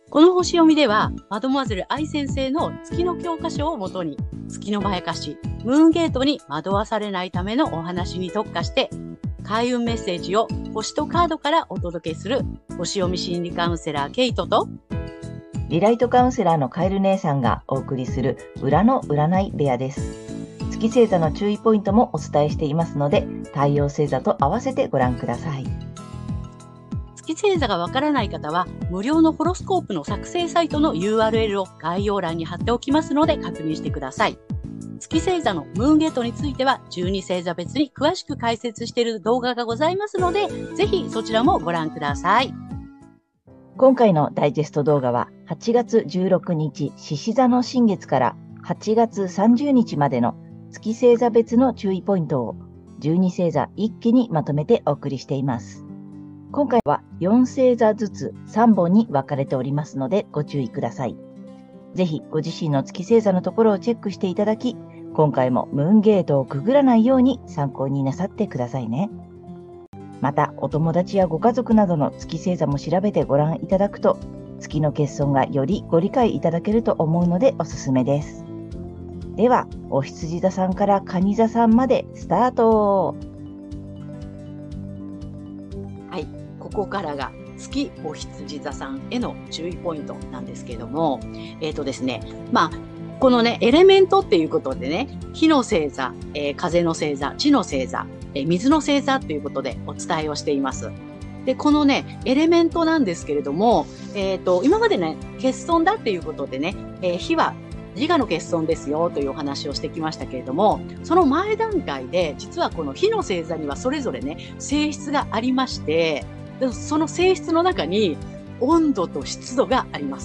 この星読みでは、マドモアゼル愛先生の月の教科書をもとに、月のまやかし、ムーンゲートに惑わされないためのお話に特化して、開運メッセージを星とカードからお届けする星読み心理カウンセラーケイトと、 リライトカウンセラーのカエル姉さんがお送りする裏の占い部屋です。月星座の注意ポイントもお伝えしていますので、太陽星座と合わせてご覧ください。 月星座がわからない方は、無料のホロスコープの作成サイトの URL を概要欄に貼っておきますので確認してください。月星座のムーンゲートについては、12星座別に詳しく解説している動画がございますので、ぜひそちらもご覧ください。 今回のダイジェスト動画は、8月16日獅子座の新月から8月30日までの月星座別の注意ポイントを12星座一気にまとめてお送りしています。今回は4星座ずつ3本に分かれておりますのでご注意ください。ぜひご自身の月星座のところをチェックしていただき、今回もムーンゲートをくぐらないように参考になさってくださいね。また、お友達やご家族などの月星座も調べてご覧いただくと、月の欠損がよりご理解いただけると思うのでおすすめです。では、お羊座さんから蟹座さんまでスタート。 はい、ここからが月お羊座さんへの注意ポイントなんですけれども、ですね、このね、エレメントっていうことでね、火の星座、風の星座、地の星座、水の星座ということでお伝えをしています。で、このね、エレメントなんですけれども、今までね、欠損だっていうことでね、火は自我の欠損ですよというお話をしてきましたけれども、その前段階で、実はこの火の星座にはそれぞれね、性質がありまして、その性質の中に温度と湿度があります。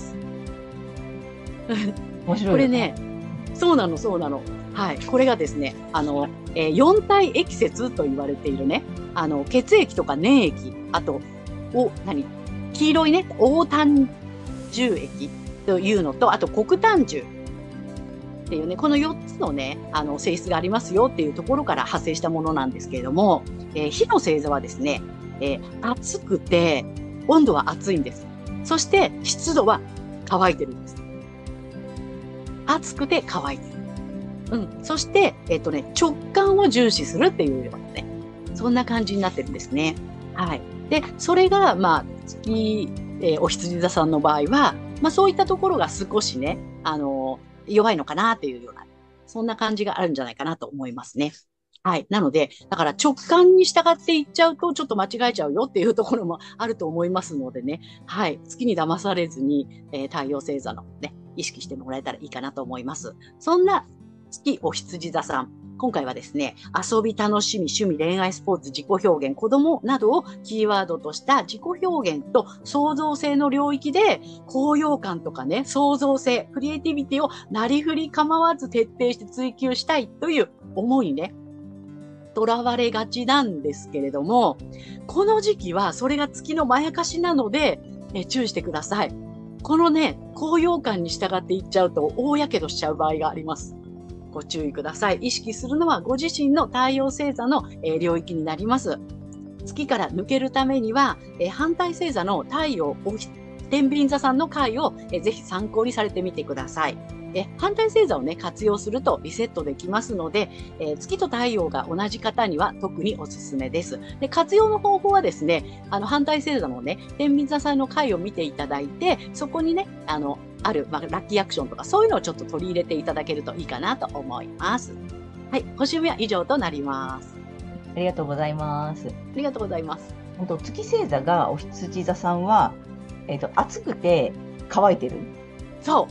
面白い。 これね、そうなの。はい。これがですね、四体液節と言われているね、血液とか粘液、あと、黄色いね、黄炭重液というのと、あと黒炭重っていうね、この4つのね、性質がありますよっていうところから派生したものなんですけれども、火の星座はですね、暑くて、温度は暑いんです。そして湿度は乾いてるんです。暑くて乾いてる。そして、直感を重視するっていうようなね、そんな感じになってるんですね。はい。で、それが、月、お羊座さんの場合は、そういったところが少しね、弱いのかなっていうような、そんな感じがあるんじゃないかなと思いますね。はい。なので、だから直感に従っていっちゃうと、ちょっと間違えちゃうよっていうところもあると思いますのでね。はい。月に騙されずに、太陽星座のね、意識してもらえたらいいかなと思います。そんな月お羊座さん。今回はですね、遊び、楽しみ、趣味、恋愛、スポーツ、自己表現、子供などをキーワードとした自己表現と創造性の領域で、高揚感とかね、創造性、クリエイティビティをなりふり構わず徹底して追求したいという思いにね、とらわれがちなんですけれども、この時期はそれが月のまやかしなので、注意してください。このね、高揚感に従っていっちゃうと大やけどしちゃう場合があります。ご注意ください。意識するのはご自身の太陽星座の、領域になります。月から抜けるためには、反対星座の太陽、天秤座さんの回を、ぜひ参考にされてみてください。反対星座をね、活用するとリセットできますので、月と太陽が同じ方には特におすすめです。で、活用の方法はですね、反対星座のね、天秤座さんの回を見ていただいて、そこにね、ある、ラッキーアクションとかそういうのをちょっと取り入れていただけるといいかなと思います。はい、星読みは以上となります。 ありがとうございます。 ありがとうございます。 月星座がお羊座さんは、暑くて乾いてる。 そう。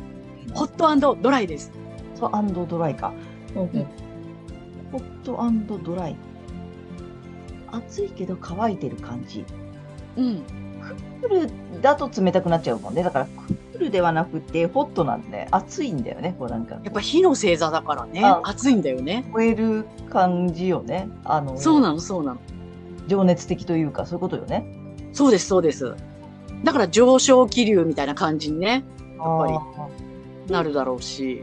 ホット&ドライです。 ホット&ドライか。ホット&ドライ。暑いけど乾いてる感じ。クールだと冷たくなっちゃうもんね。だからクールではなくてホットなんで暑いんだよね。こうなんか。 やっぱ火の星座だからね。暑いんだよね。 燃える感じよね。 そうなの。 情熱的というかそういうことよね。 そうです。だから上昇気流みたいな感じにね、やっぱりなるだろうし。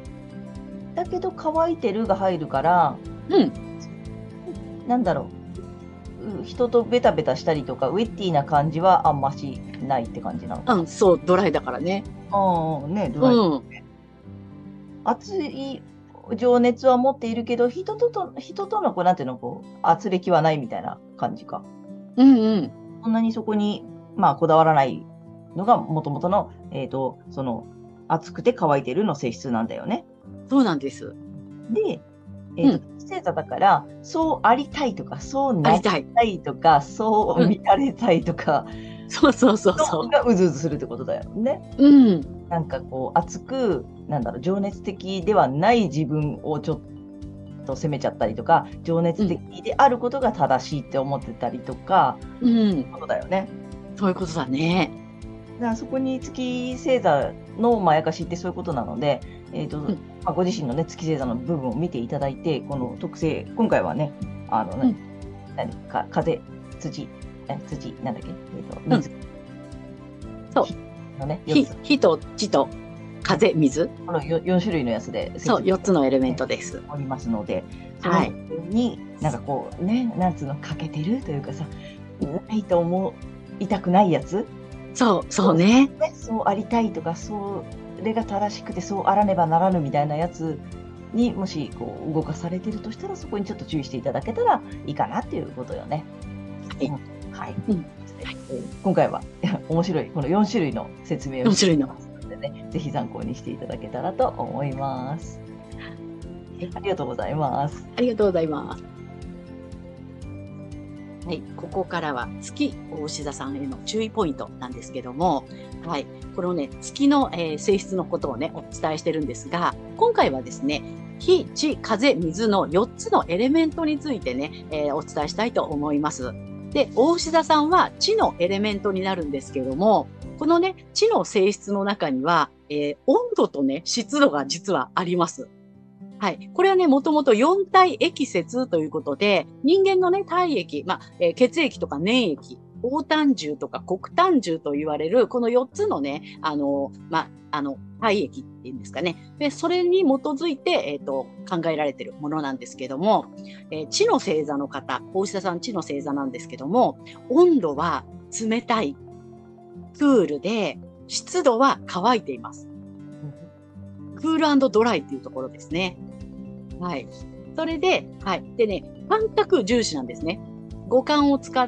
だけど乾いてるが入るから、なんだろう。 人とベタベタしたりとか、ウェッティな感じはあんましないって感じなのかな。 うん、そう、ドライだからね。 ああ、ね、ドライ。 うん。 熱い情熱は持っているけど、人とのなんていうの、圧力はないみたいな感じか。 うんうん。 そんなにそこに、まあ、こだわらないのが、もともとの、その、熱くて乾いてるの性質なんだよね。 そうなんです。 で、 うん。 星座だから、そうありたいとか、そうなりありたい。 たいとか、そううん。 見られたいとか、 そうそうそうそのがうずうずするってことだよね。 う。うん。 なんか熱く、なんだろう、情熱的ではない自分をちょっと責めちゃったりとか、情熱的であることが正しいって思ってたりとか、 うん。 ことだよね。 そういうことだね。 だからそこに月星座のまやかしってそういうことなので、 うんまあ、ご自身のね、月星座の部分を見ていただいて、この特性、今回はね、 うん風、土、なんだっけ、 うん水そう。 のね、4つ、 火と地と風、水。 この4種類のやつでそう、4つのエレメントです。 おりますので、そのはい。 に、なんかね、なんつうの、欠けてるというかさ、ないと思いたくないやつ、 そう、そうね。 ね、そうありたいとか、それが正しくてそうあらねばならぬみたいなやつにもし動かされてるとしたら、そこにちょっと注意していただけたらいいかなっていうことよね。 はい。 はい。 うん今回は面白いこの4種類の説明を 4種類の。 ますのでね、ぜひ参考にしていただけたらと思います。ありがとうございます。 ありがとうございます。はい、ここからは月牡牛座さんへの注意ポイントなんですけども、はい、このね、月の、性質のことをね、お伝えしてるんですが、今回はですね、火、地、風、水の4つのエレメントについてね、お伝えしたいと思います。で、牡牛座さんは地のエレメントになるんですけども、このね、地の性質の中には、温度とね、湿度が実はあります。はい。これはね、もともと四体液説ということで、人間のね、体液、血液とか粘液、黄胆汁とか黒胆汁と言われる、この4つのね、体液っていうんですかね。で、それに基づいて、考えられているものなんですけども、地の星座の方、大牛田さん地の星座なんですけども、温度は冷たい、クールで、湿度は乾いています。クール&ドライっていうところですね。はい。それで、はい。でね、感覚重視なんですね。五感を使って、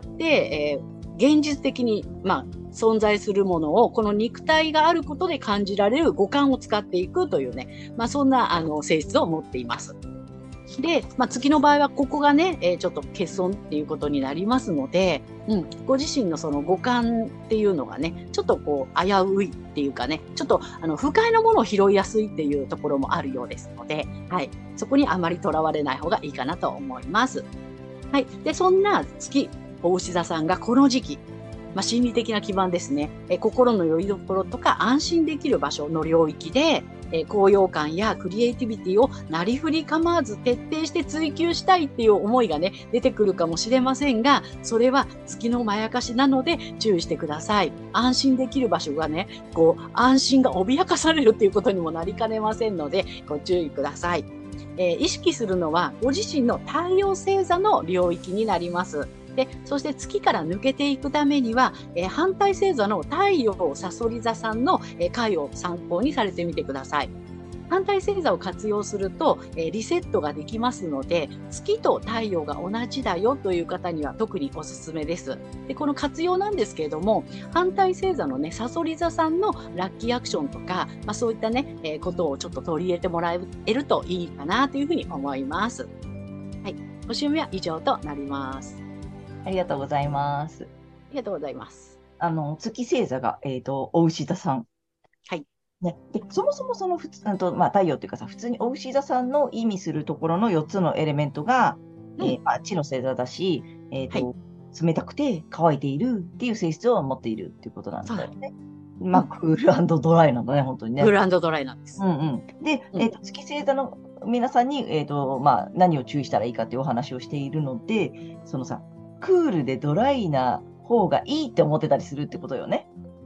現実的に、存在するものを、この肉体があることで感じられる五感を使っていくというね、そんな、性質を持っています。で、月の場合はここがね、ちょっと欠損っていうことになりますので、ご自身のその五感っていうのがね、ちょっと危ういっていうかね、ちょっと不快なものを拾いやすいっていうところもあるようですので、はい。そこにあまりとらわれない方がいいかなと思います。はい。で、そんな月、牡牛座さんがこの時期、心理的な基盤ですね。心の拠り所とか安心できる場所の領域で、高揚感やクリエイティビティをなりふり構わず徹底して追求したいっていう思いがね、出てくるかもしれませんが、それは月のまやかしなので注意してください。安心できる場所がね、安心が脅かされるっていうことにもなりかねませんので、ご注意ください。意識するのはご自身の太陽星座の領域になります。で、そして月から抜けていくためには、反対星座の太陽さそり座さんの、回を参考にされてみてください。反対星座を活用すると、リセットができますので、月と太陽が同じだよという方には特におすすめです。で、この活用なんですけれども、反対星座のね、さそり座さんのラッキーアクションとか、そういったね、ことをちょっと取り入れてもらえるといいかなというふうに思います。はい。ご趣味は以上となります。 ありがとうございます。 ありがとうございます。 月星座が、お牛座さん。 はい。 ね、でそもそもその太陽っていうかさ、普通にお牛座さんの意味するところの4つのエレメントが、地の星座だし、冷たくて乾いているっていう性質を持っているっていうことなんだよね。クール&ドライなんだね、本当にね。 クール&ドライなんです。 で、月星座の皆さんに、何を注意したらいいかっていうお話をしているので、そのさ、クールでドライな方がいいって思ってたりするってことよね。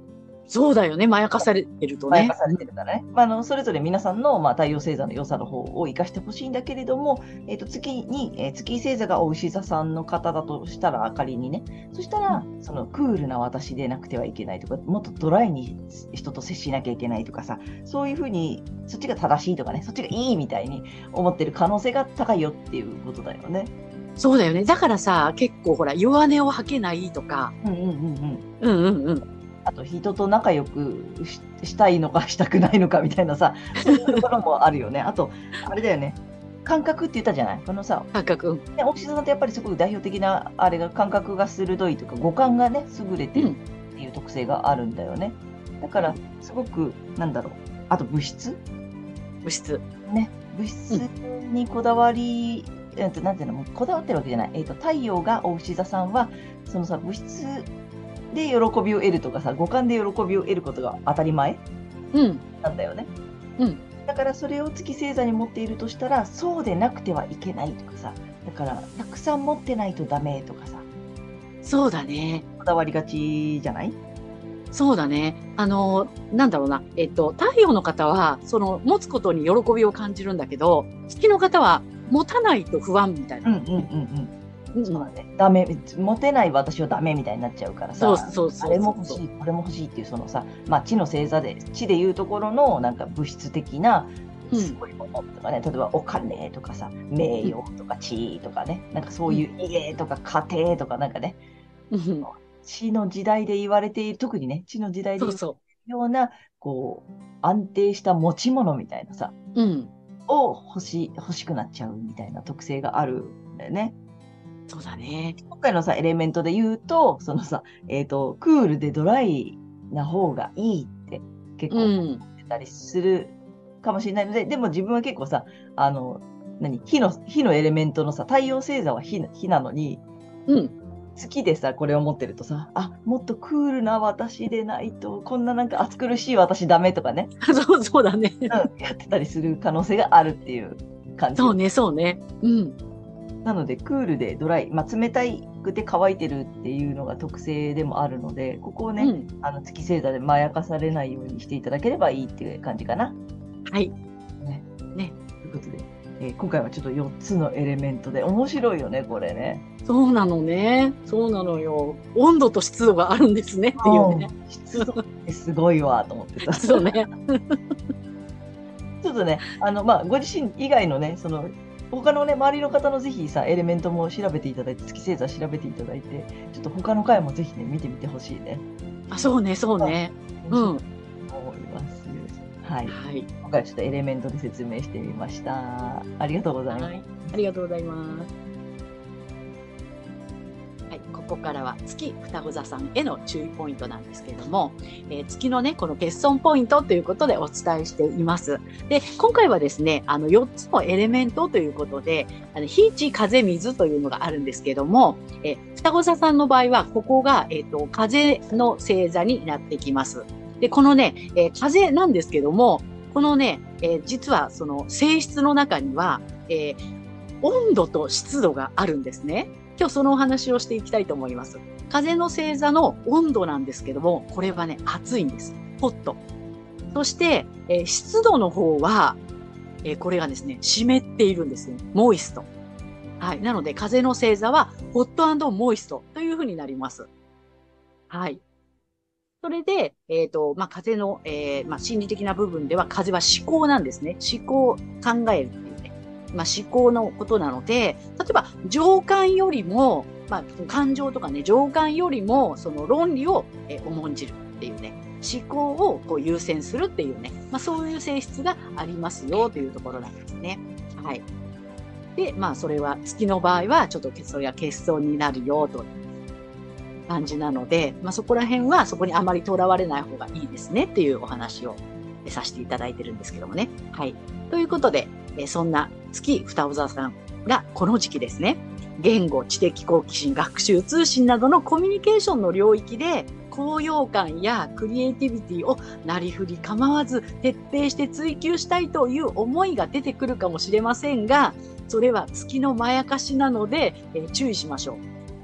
そうだよね。まやかされてるとね。 まやかされてるからね。それぞれ皆さんの、太陽星座の良さの方を生かしてほしいんだけれども、月星座がお牛座さんの方だとしたら、仮にね、そしたら、そのクールな私でなくてはいけないとか、もっとドライに人と接しなきゃいけないとかさ、そういうふうに、そっちが正しいとかね、そっちがいいみたいに思ってる可能性が高いよっていうことだよね。 そうだよね。だからさ、結構ほら、弱音を吐けないとか。 うんうんうんうん。 うんうんうん。 あと人と仲良くしたいのかしたくないのかみたいなさ、そういうところもあるよね。あと、あれだよね。感覚って言ったじゃないこのさ、 感覚。 ね、大木さんってやっぱりすごく代表的な、あれが感覚が鋭いとか、五感がね、優れてるっていう特性があるんだよね。だから、すごく、なんだろう。あと、物質ね。物質にこだわり、なんていうの、こだわってるわけじゃない。太陽が大牛座さんは、そのさ、物質で喜びを得るとかさ、五感で喜びを得ることが当たり前なんだよね。だからそれを月星座に持っているとしたら、そうでなくてはいけないとかさ、だからたくさん持ってないとダメとかさ、 そうだね。 こだわりがちじゃない？ そうだね。なんだろうな。太陽の方は、持つことに喜びを感じるんだけど、月の方は、持たないと不安みたいな。そうだね。ダメ、持てない私はダメみたいになっちゃうからさ、あれも欲しい、これも欲しいっていうそのさ、地の星座で、地でいうところのなんか物質的なすごいものとかね、例えばお金とかさ、名誉とか地位とかね、なんかそういう家とか家庭とかなんかね、地の時代で言われている、特にね、地の時代で言われているような、こう、安定した持ち物みたいなさ、を欲しくなっちゃうみたいな特性があるんだよね。 そうだね。 今回のさ、エレメントで言うと、そのさ、クールでドライな方がいいって結構言ってたりするかもしれないので、でも自分は結構さ、火のエレメントのさ、太陽星座は火なのに、好きでさ、これを持ってるとさ、もっとクールな私でないと、こんななんか暑苦しい私ダメとかね。 そうだね。 やってたりする可能性があるっていう感じ。 そうね。 なので、クールでドライ、冷たくて乾いてるっていうのが特性でもあるので、ここをね、月星座でまやかされないようにしていただければいいっていう感じかな。 はい。 ね。ということで、今回はちょっと4つのエレメントで、面白いよね、これね。 そうなのね。そうなのよ。温度と湿度があるんですねっていうね。 湿度ってすごいわ、と思ってた。 そうね。 ちょっとね、ご自身以外のね、他のね、周りの方のぜひさ、エレメントも調べていただいて、月星座調べていただいて、ちょっと他の回もぜひね、見てみてほしいね。 そうね。 思います。はい。今回ちょっとエレメントで説明してみました。ありがとうございます。 ありがとうございます。ここからは月双子座さんへの注意ポイントなんですけれども、月のね、この欠損ポイントということでお伝えしています。で、今回はですね、4つのエレメントということで、火、地、風、水というのがあるんですけれども、双子座さんの場合は、ここが、風の星座になってきます。で、このね、風なんですけども、このね、実はその性質の中には、温度と湿度があるんですね。今日そのお話をしていきたいと思います。風の星座の温度なんですけども、これはね、暑いんです。ホット。そして、湿度の方は、これがですね、湿っているんですね。モイスト。はい。なので、風の星座は、ホット&モイストというふうになります。はい。それで、風の、心理的な部分では、風は思考なんですね。思考、考えるっていうね。思考のことなので、例えば、情感よりも、感情とかね、情感よりも、その論理を、重んじるっていうね、思考をこう優先するっていうね、そういう性質がありますよというところなんですね。はい。で、それは、月の場合は、ちょっとそれが欠損になるよという感じなので、そこら辺は、そこにあまりとらわれない方がいいですねっていうお話をさせていただいてるんですけどもね。はい。ということで、そんな月双子座さんがこの時期ですね、言語、知的好奇心、学習、通信などのコミュニケーションの領域で高揚感やクリエイティビティをなりふり構わず徹底して追求したいという思いが出てくるかもしれませんが、それは月のまやかしなので、注意しましょう。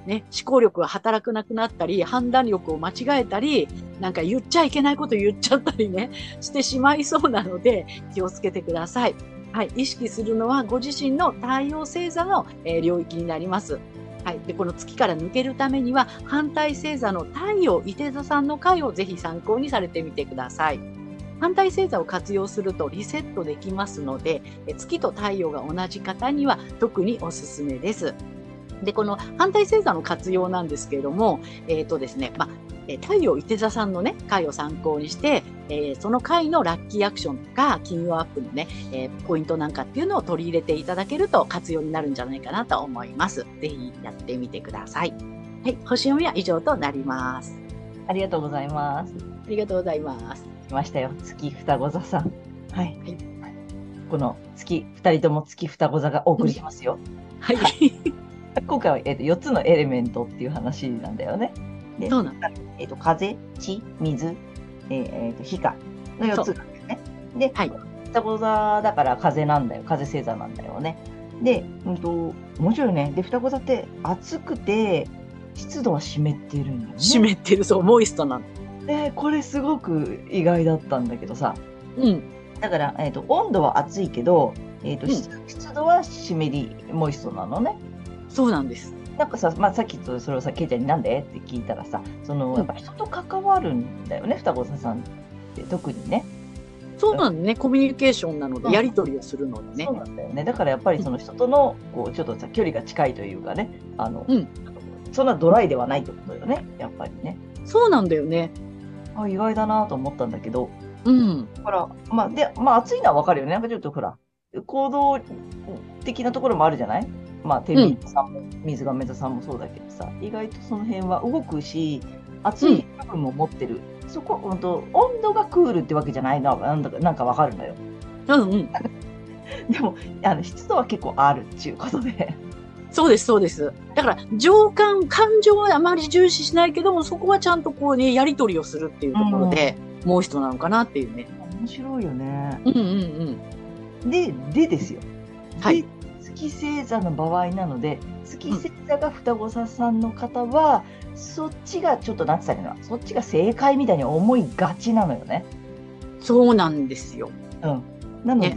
ね、思考力が働かなくなったり、判断力を間違えたり、なんか言っちゃいけないこと言っちゃったりね、してしまいそうなので、気をつけてください。はい。意識するのはご自身の太陽星座の、領域になります。はい。で、この月から抜けるためには、反対星座の太陽伊手座さんの回をぜひ参考にされてみてください。反対星座を活用するとリセットできますので、月と太陽が同じ方には特におすすめです。で、この反対星座の活用なんですけれども、ですね、太陽伊手座さんのね、回を参考にして、その回のラッキーアクションとか、金曜アップのね、ポイントなんかっていうのを取り入れていただけると活用になるんじゃないかなと思います。ぜひやってみてください。はい、星読みは以上となります。 ありがとうございます。 ありがとうございます。 来ましたよ。月双子座さん。はい。 はい、 この月、2人とも月双子座がお送りしますよ。 はい。 今回は、4つのエレメントっていう話なんだよね。でそうなんだ。 風、地、水、火かの4つなんだよね。で、 はい。 双子座だから風なんだよ。風星座なんだよね。で、面白いね。で、双子座って暑くて、湿度は湿ってるんだよね。 湿ってる、そう、モイストなの。 で、これすごく意外だったんだけどさ。 うん。 だから、温度は暑いけど、湿度は湿り、モイストなのね。 そうなんです。 なんかさ、さっきとそれをさ、ケイちゃんになんでって聞いたらさ、やっぱ人と関わるんだよね、双子座さんって特にね。 そうなんね、コミュニケーションなので、やり取りをするのでね。 そうなんだよね。だからやっぱりその人との、ちょっとさ、距離が近いというかね、そんなドライではないってことだよね、やっぱりね。 そうなんだよね。 意外だなと思ったんだけど。 うん。 だから、暑いのはわかるよね。なんかちょっとほら、行動的なところもあるじゃない？天秤座さんも、水亀座さんもそうだけどさ、意外とその辺は動くし、暑い部分も持ってる。そこ、温度がクールってわけじゃないのは、なんかわかるのよ。 うんうん。 でも、湿度は結構あるっていうことで。 そうです、そうです。だから、感情はあまり重視しないけども、そこはちゃんとこうね、やり取りをするっていうところで、もう一なのかなっていうね。 面白いよね。 うんうんうん。でですよ。 はい。 月星座の場合なので、月星座が双子座さんの方は、そっちがちょっとなんて言ったらいいの？そっちが正解みたいに思いがちなのよね。 そうなんですよ。 うん。なので、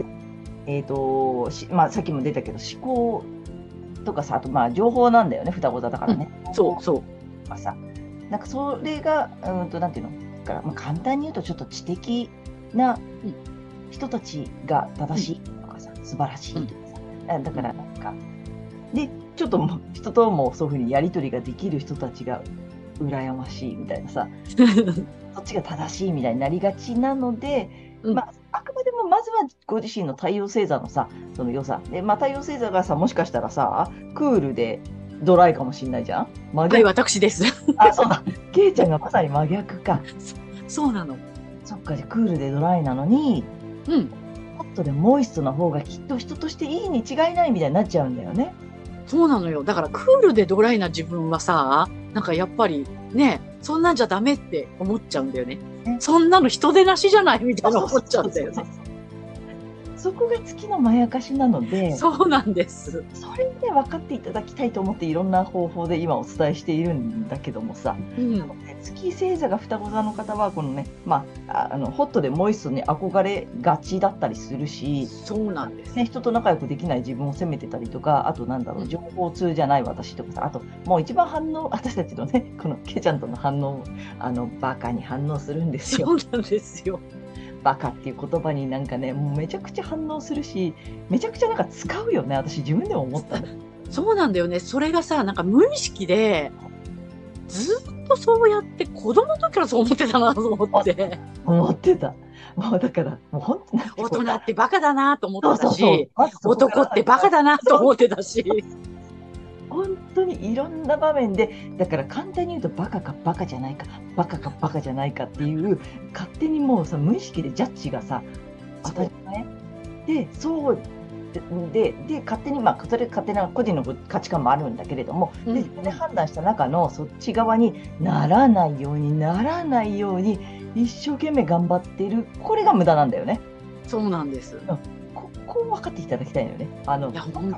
さっきも出たけど、思考とかさ、あと情報なんだよね、双子座だからね。 そうそう。 なんかそれが、なんていうの？だから、簡単に言うとちょっと知的な人たちが正しいとかさ、素晴らしいとかさ、だからなんか、で、ちょっともう人ともそういうふうにやり取りができる人たちが羨ましいみたいなさ、そっちが正しいみたいになりがちなので、あくまでもまずはご自身の太陽星座のさ、その良さ。で、太陽星座がさ、もしかしたらさ、クールでドライかもしれないじゃん。 はい、私です。 そうだ。ケイちゃんがまさに真逆か。 そうなの。 そっか、じゃあクールでドライなのに、ホットでモイストな方がきっと人としていいに違いないみたいになっちゃうんだよね。 そうなのよ。だからクールでドライな自分はさ、なんかやっぱりね、そんなんじゃダメって思っちゃうんだよね。そんなの人でなしじゃないみたいな思っちゃうんだよね。 そこが月のまやかしなので、 そうなんです。 それで分かっていただきたいと思っていろんな方法で今お伝えしているんだけどもさ、月星座が双子座の方はこのね、ホットでモイストに憧れがちだったりするし、 そうなんです、 ね、人と仲良くできない自分を責めてたりとか、あと情報通じゃない私とかさ、あともう一番私たちのね、このケイちゃんとの反応、バカに反応するんですよ。 そうなんですよ。 バカっていう言葉になんかね、もうめちゃくちゃ反応するし、めちゃくちゃなんか使うよね、私自分でも思ったの。 そうなんだよね。それがさ、なんか無意識で、ずっとそうやって子供の時からそう思ってたなと思って。 思ってた。もうだから、もう本当に。 大人ってバカだなと思ってたし、男ってバカだなと思ってたし。 本当にいろんな場面で、だから簡単に言うとバカかバカじゃないか、バカかバカじゃないかっていう、勝手にもうさ、無意識でジャッジがさ、当たり前で、そうで、勝手に、それ勝手な個人の価値観もあるんだけれども、で自分で判断した中のそっち側にならないように、一生懸命頑張っている、これが無駄なんだよね。 そうなんです。 ここを分かっていただきたいのよね。 いや、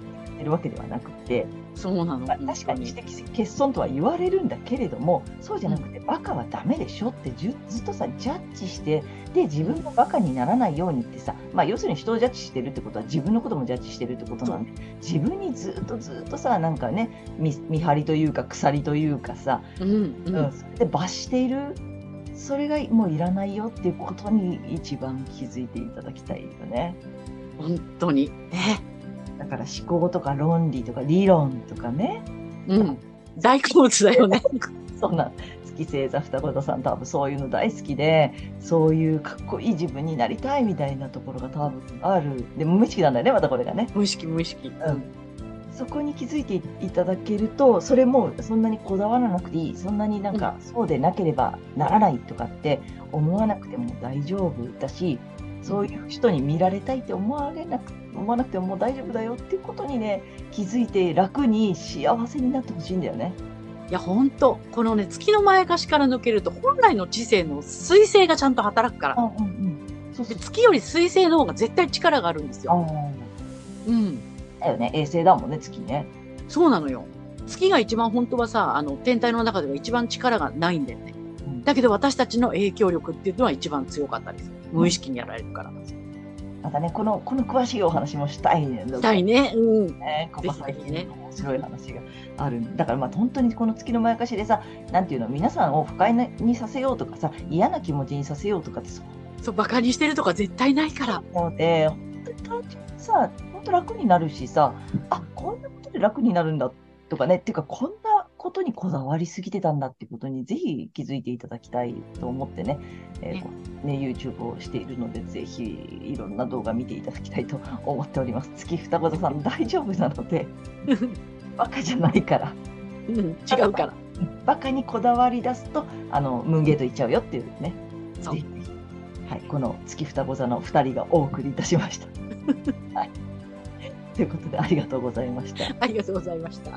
ってるわけではなくて、 そうなの。 まあ、 本当に。 確かに知的欠損とは言われるんだけれども、そうじゃなくて、バカはダメでしょってずっとさ、ジャッジして、で、自分もバカにならないようにってさ、まあ、要するに人をジャッジしてるってことは、自分のこともジャッジしてるってことなんで、自分にずっとさ、なんかね、見張りというか、鎖というかさ、それで罰している、それがもういらないよっていうことに一番気づいていただきたいよね。 本当に。 だから思考とか論理とか理論とかね。 大好物だよね。 そんな月星座双子座さん多分そういうの大好きで、そういうかっこいい自分になりたいみたいなところが多分ある。でも無意識なんだよね、またこれがね。 無意識。 そこに気づいていただけると、それもそんなにこだわらなくていい、そんなになんかそうでなければならないとかって思わなくても大丈夫だし、そういう人に見られたいって思わなくてももう大丈夫だよっていうことにね、気づいて楽に幸せになってほしいんだよね。 いや、本当このね、月のまやかしから抜けると、本来の知性の水星がちゃんと働くから。で月より水星の方が絶対力があるんですよ。 だよね、衛星だもんね、月ね。 そうなのよ。月が一番本当はさ、天体の中では一番力がないんだよね。だけど私たちの影響力っていうのは一番強かったりする。無意識にやられるから。 またね、この詳しいお話もしたいね。 したいね。 ここ最近ね、面白い話がある。だからまあ本当にこの月のまやかしでさ、なんていうの、皆さんを不快にさせようとかさ、嫌な気持ちにさせようとかってそう、バカにしてるとか絶対ないから。 なので、本当に単純にさ、本当楽になるしさ、こんなことで楽になるんだとかね、っていうか、こんなことにこだわりすぎてたんだってことにぜひ気づいていただきたいと思ってね、YouTube をしているので、ぜひいろんな動画見ていただきたいと思っております。月双子座さん大丈夫なので、バカじゃないから。 違うから。 バカにこだわり出すと、ムンゲートいっちゃうよっていうね。 そう。 はい、この月双子座の2人がお送りいたしました。はい。ということで、ありがとうございました。 ありがとうございました。はい、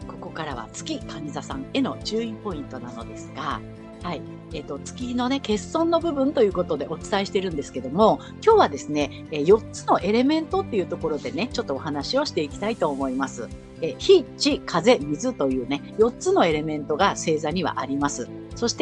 ここからは月蟹座さんへの注意ポイントなのですが、はい、月のね、欠損の部分ということでお伝えしてるんですけども、今日はですね、4つのエレメントっていうところでね、ちょっとお話をしていきたいと思います。火、地、風、水というね、4つのエレメントが星座にはあります。そして、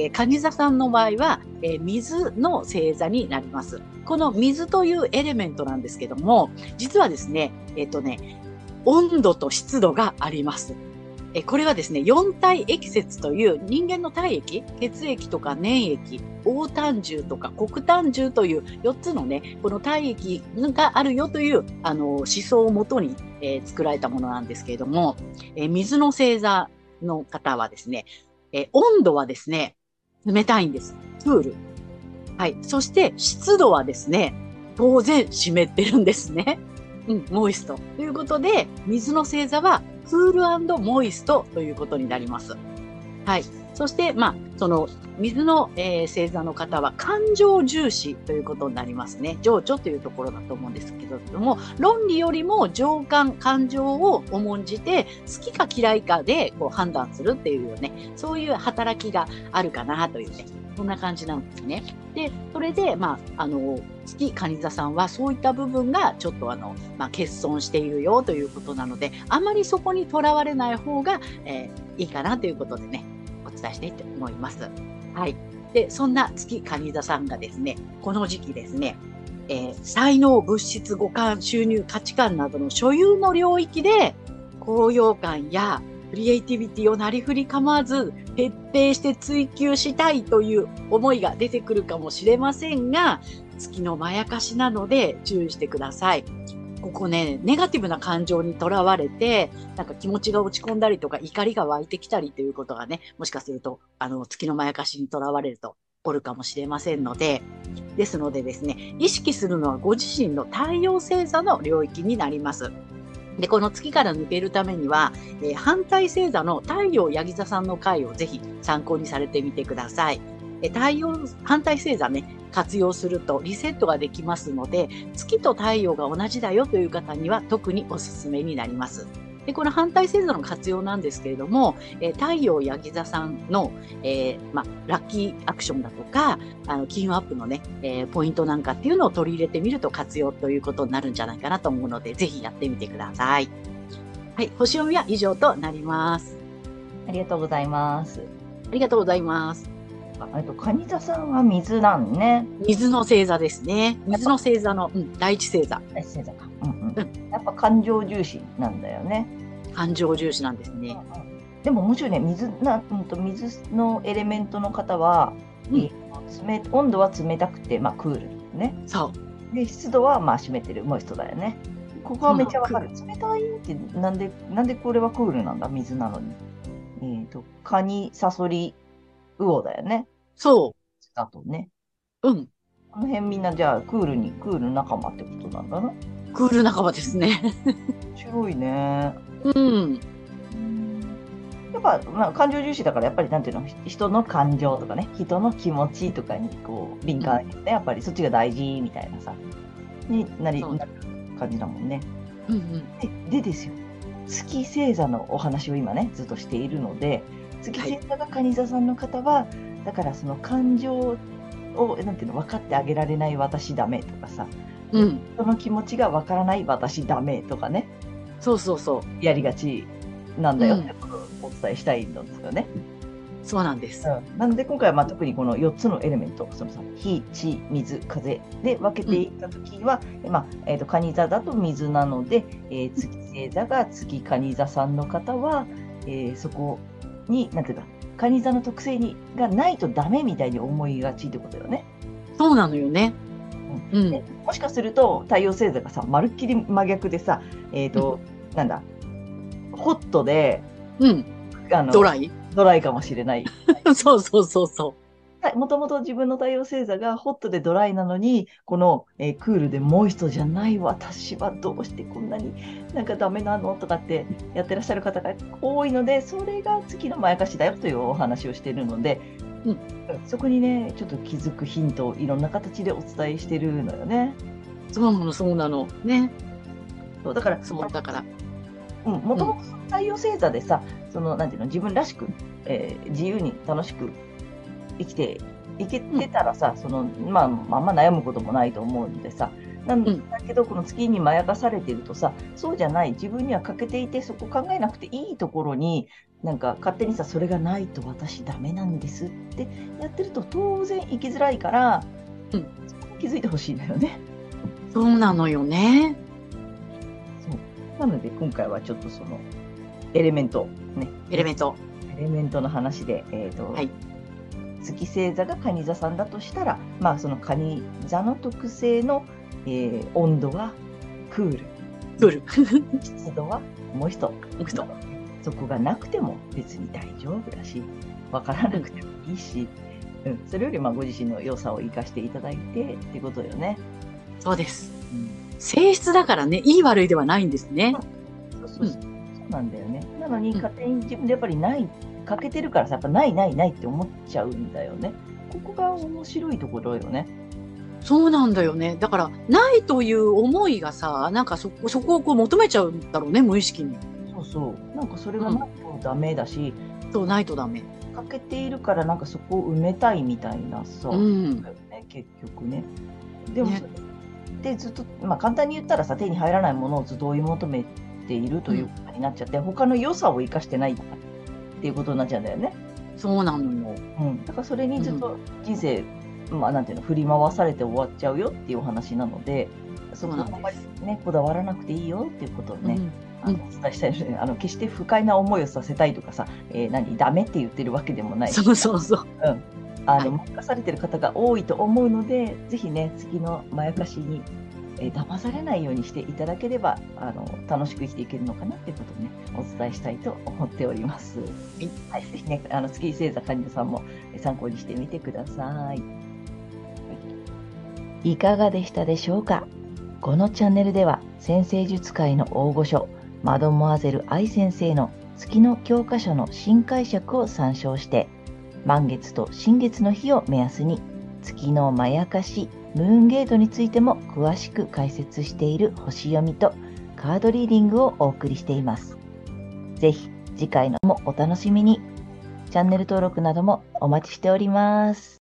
蟹座さんの場合は、水の星座になります。この水というエレメントなんですけども、実はですね、温度と湿度があります。これはですね、四体液節という人間の体液、血液とか粘液、黄胆汁とか黒胆汁という4つのね、この体液があるよという思想をもとに、作られたものなんですけれども、水の星座の方はですね、温度はですね、冷たいんです。プール。はい。そして湿度はですね、当然湿ってるんですね。モイスト。ということで、水の星座はクール&モイストということになります。はい。そして、その水の、星座の方は感情重視ということになりますね。情緒というところだと思うんですけれども、論理よりも情感、感情を重んじて、好きか嫌いかでこう判断するっていうね、そういう働きがあるかなというね、そんな感じなんですね。で、それで、月蟹座さんはそういった部分がちょっと欠損しているよということなので、あまりそこにとらわれない方が、いいかなということでね、お伝えしていって思います。はい。で、そんな月蟹座さんがですね、この時期ですね、才能、物質、五感、収入、価値観などの所有の領域で、高揚感やクリエイティビティをなりふり構わず徹底して追求したいという思いが出てくるかもしれませんが、月のまやかしなので注意してください。ここね、ネガティブな感情にとらわれて、なんか気持ちが落ち込んだりとか怒りが湧いてきたりということがね、もしかすると、月のまやかしにとらわれると起こるかもしれませんので、ですのでですね、意識するのはご自身の太陽星座の領域になります。で、この月から抜けるためには、反対星座の太陽ヤギ座さんの回をぜひ参考にされてみてください。反対星座ね、活用するとリセットができますので、月と太陽が同じだよという方には特におすすめになります。 で、この反対星座の活用なんですけれども、太陽ヤギ座さんの、ラッキーアクションだとか、金運アップのね、ポイントなんかっていうのを取り入れてみると活用ということになるんじゃないかなと思うので、ぜひやってみてください。はい、星読みは以上となります。 ありがとうございます。 ありがとうございます。 蟹座さんは水なんね。 水の星座ですね。水の星座の、第一星座。 第一星座か。やっぱ感情重視なんだよね。 感情重視なんですね。 でももちろんね、水のエレメントの方は、温度は冷たくて、クールね。 そう。 で、湿度は湿ってる、モイストだよね。ここはめっちゃわかる。冷たいってなんでこれはクールなんだ、水なのに。カニ、サソリ、ウオだよね。 そう。 だとね。 うん。 この辺みんなじゃあクール仲間ってことなんだな。 クール仲間ですね。 面白いね。やっぱ、感情重視だから、やっぱりなんていうの、人の感情とかね、人の気持ちとかにこう敏感ね、やっぱりそっちが大事みたいなさ、になる感じだもんね。でですよ、月星座のお話を今ね、ずっとしているので、月星座が蟹座さんの方は、だからその感情を、なんていうの、分かってあげられない私ダメとかさ、人の気持ちが分からない私ダメとかね、 そうやりがちなんだよってことをお伝えしたいんですよね。 そうなんです。 なので今回は特にこの4つのエレメント、その火、地、水、風で分けていったときは、蟹座だと水なので、月星座が月蟹座さんの方は、そこに、なんていうか、蟹座の特性がないとダメみたいに思いがちってことよね。 そうなのよね。 もしかすると太陽星座がさ、まるっきり真逆でさ、なんだ、ホットで、ドライかもしれない。もともと自分の太陽星座がホットでドライなのに、この、クールでモイストじゃない私はどうしてこんなになんかダメなのとかってやってらっしゃる方が多いので、それが月のまやかしだよというお話をしているので、そこにね、ちょっと気づくヒントをいろんな形でお伝えしてるのよね。 そうなの。ね。 だから、もともと太陽星座でさ、なんていうの、自分らしく、自由に楽しく生きていけてたらさ、あんま悩むこともないと思うんでさ、なんだけど、この月にまやかされてるとさ、そうじゃない、自分には欠けていて、そこ考えなくていいところに、なんか勝手にさ、それがないと私ダメなんですってやってると当然生きづらいから、そこに気づいてほしいんだよね。 そうなのよね。 なので今回はちょっとエレメントの話で、月星座が蟹座さんだとしたら、その蟹座の特性の、温度はクール、湿度はモイスト。そこがなくても別に大丈夫だし、分からなくてもいいし、それよりご自身の良さを生かしていただいてってことよね。 そうです。性質だからね、いい悪いではないんですね。 そうなんだよね。なのに勝手に自分でやっぱり欠けてるからさ、やっぱないって思っちゃうんだよね。ここが面白いところよね。 そうなんだよね。だからないという思いがさ、なんかそこをこう求めちゃうんだろうね、無意識に。 なんかそれがないとダメだし、 ないとダメ。 欠けているからなんかそこを埋めたいみたいなさ、結局ね。でも、でずっと簡単に言ったらさ、手に入らないものをずっと追い求めているということになっちゃって、他の良さを生かしてないっていうことになっちゃうんだよね。 そうなのよ。 だからそれにずっと人生、なんていうの、振り回されて終わっちゃうよっていうお話なので、そこはあまりね、こだわらなくていいよっていうことをね、お伝えしたいですね。決して不快な思いをさせたいとかさ、ダメって言ってるわけでもないし。任されてる方が多いと思うので、ぜひね、月のまやかしに、騙されないようにしていただければ、楽しく生きていけるのかなっていうことをね、お伝えしたいと思っております。ぜひね、月星座蟹座さんも参考にしてみてください。いかがでしたでしょうか。このチャンネルでは、占星術界の大御所、マドモアゼル愛先生の月の教科書の新解釈を参照して、満月と新月の日を目安に、月のまやかし、ムーンゲートについても詳しく解説している星読みとカードリーディングをお送りしています。 ぜひ次回のもお楽しみに。チャンネル登録などもお待ちしております。